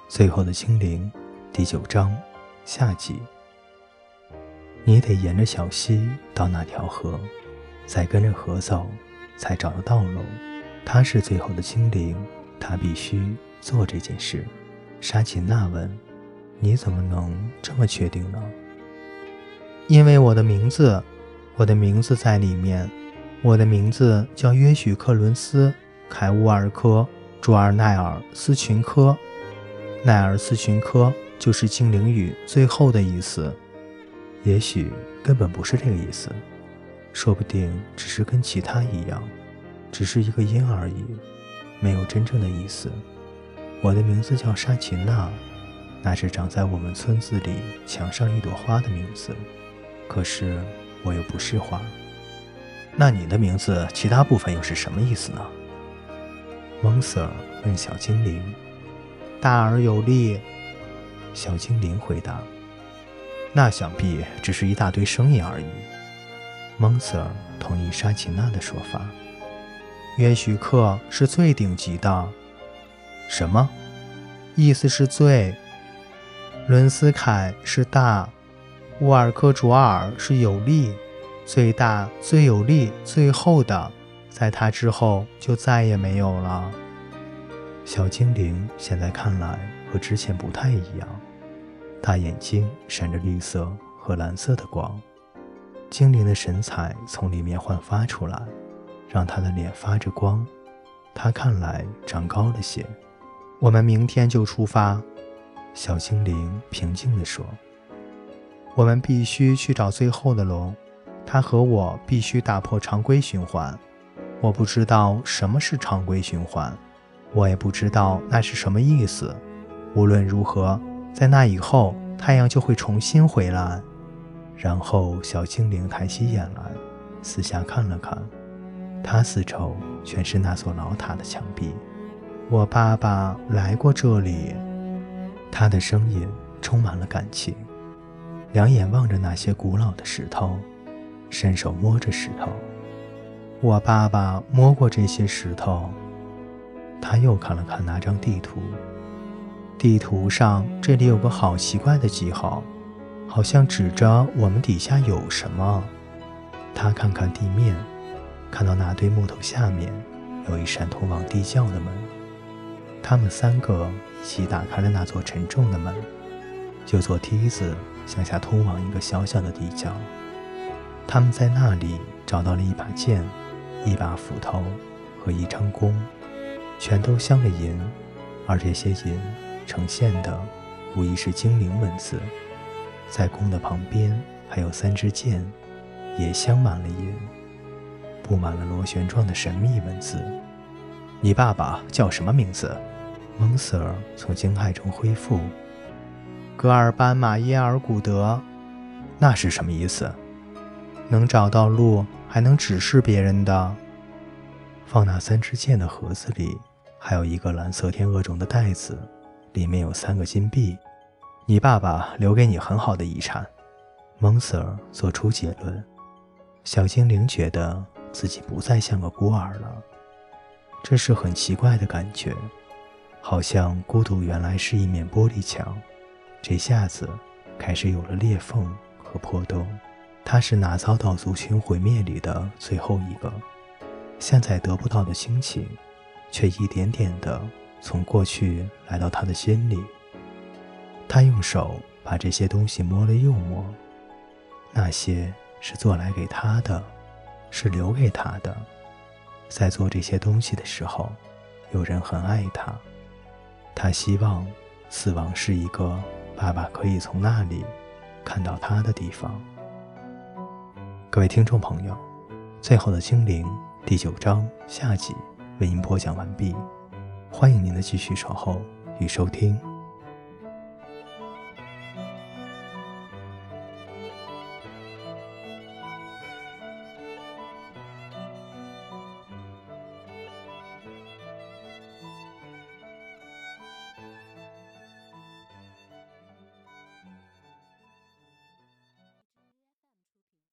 最后的精灵第9章下集。你得沿着小溪到那条河，再跟着河走，才找到道路。他是最后的精灵，他必须做这件事。沙琴娜问：你怎么能这么确定呢？因为我的名字在里面，我的名字叫约许克伦斯·凯乌尔科·朱尔奈尔斯群科。奈尔斯群科就是精灵语最后的意思，也许根本不是这个意思，说不定只是跟其他一样，只是一个音而已，没有真正的意思。我的名字叫沙琴娜，那是长在我们村子里墙上一朵花的名字，可是我又不是花。那你的名字其他部分又是什么意思呢？蒙 Sir 问小精灵。大而有力，小精灵回答。那想必只是一大堆声音而已。蒙 Sir 同意沙琴娜的说法。约许克是最顶级的。什么？意思是最。伦斯凯是大，乌尔科卓尔是有力，最大最有力最后的，在他之后就再也没有了。小精灵现在看来和之前不太一样，大眼睛闪着绿色和蓝色的光，精灵的神采从里面焕发出来，让他的脸发着光，他看来长高了些。我们明天就出发，小精灵平静地说。我们必须去找最后的龙，他和我必须打破常规循环。我不知道什么是常规循环，我也不知道那是什么意思。无论如何，在那以后，太阳就会重新回来。然后小精灵抬起眼来，四下看了看，他四周全是那座老塔的墙壁。我爸爸来过这里，他的声音充满了感情，两眼望着那些古老的石头，伸手摸着石头。我爸爸摸过这些石头。他又看了看那张地图，地图上这里有个好奇怪的记号，好像指着我们底下有什么。他看看地面，看到那堆木头下面有一扇通往地窖的门。他们3个一起打开了那座沉重的门，就坐梯子向下通往一个小小的地窖。他们在那里找到了一把剑、一把斧头和一张弓，全都镶了银，而这些银呈现的无疑是精灵文字。在弓的旁边还有3支箭，也镶满了银，布满了螺旋状的神秘文字。你爸爸叫什么名字？蒙 Sir 从惊骇中恢复。格尔班马耶尔古德。那是什么意思？能找到路，还能指示别人的。放那3支箭的盒子里还有一个蓝色天鹅绒的袋子，里面有3个金币。你爸爸留给你很好的遗产。蒙 Sir 做出结论。小精灵觉得自己不再像个孤儿了，这是很奇怪的感觉，好像孤独原来是一面玻璃墙，这下子开始有了裂缝和破洞。他是那遭到族群毁灭里的最后一个，现在得不到的亲情却一点点地从过去来到他的心里。他用手把这些东西摸了又摸，那些是做来给他的，是留给他的。在做这些东西的时候，有人很爱他，他希望死亡是一个爸爸可以从那里看到他的地方。各位听众朋友，最后的精灵第9章下集为您播讲完毕，欢迎您的继续守候与收听。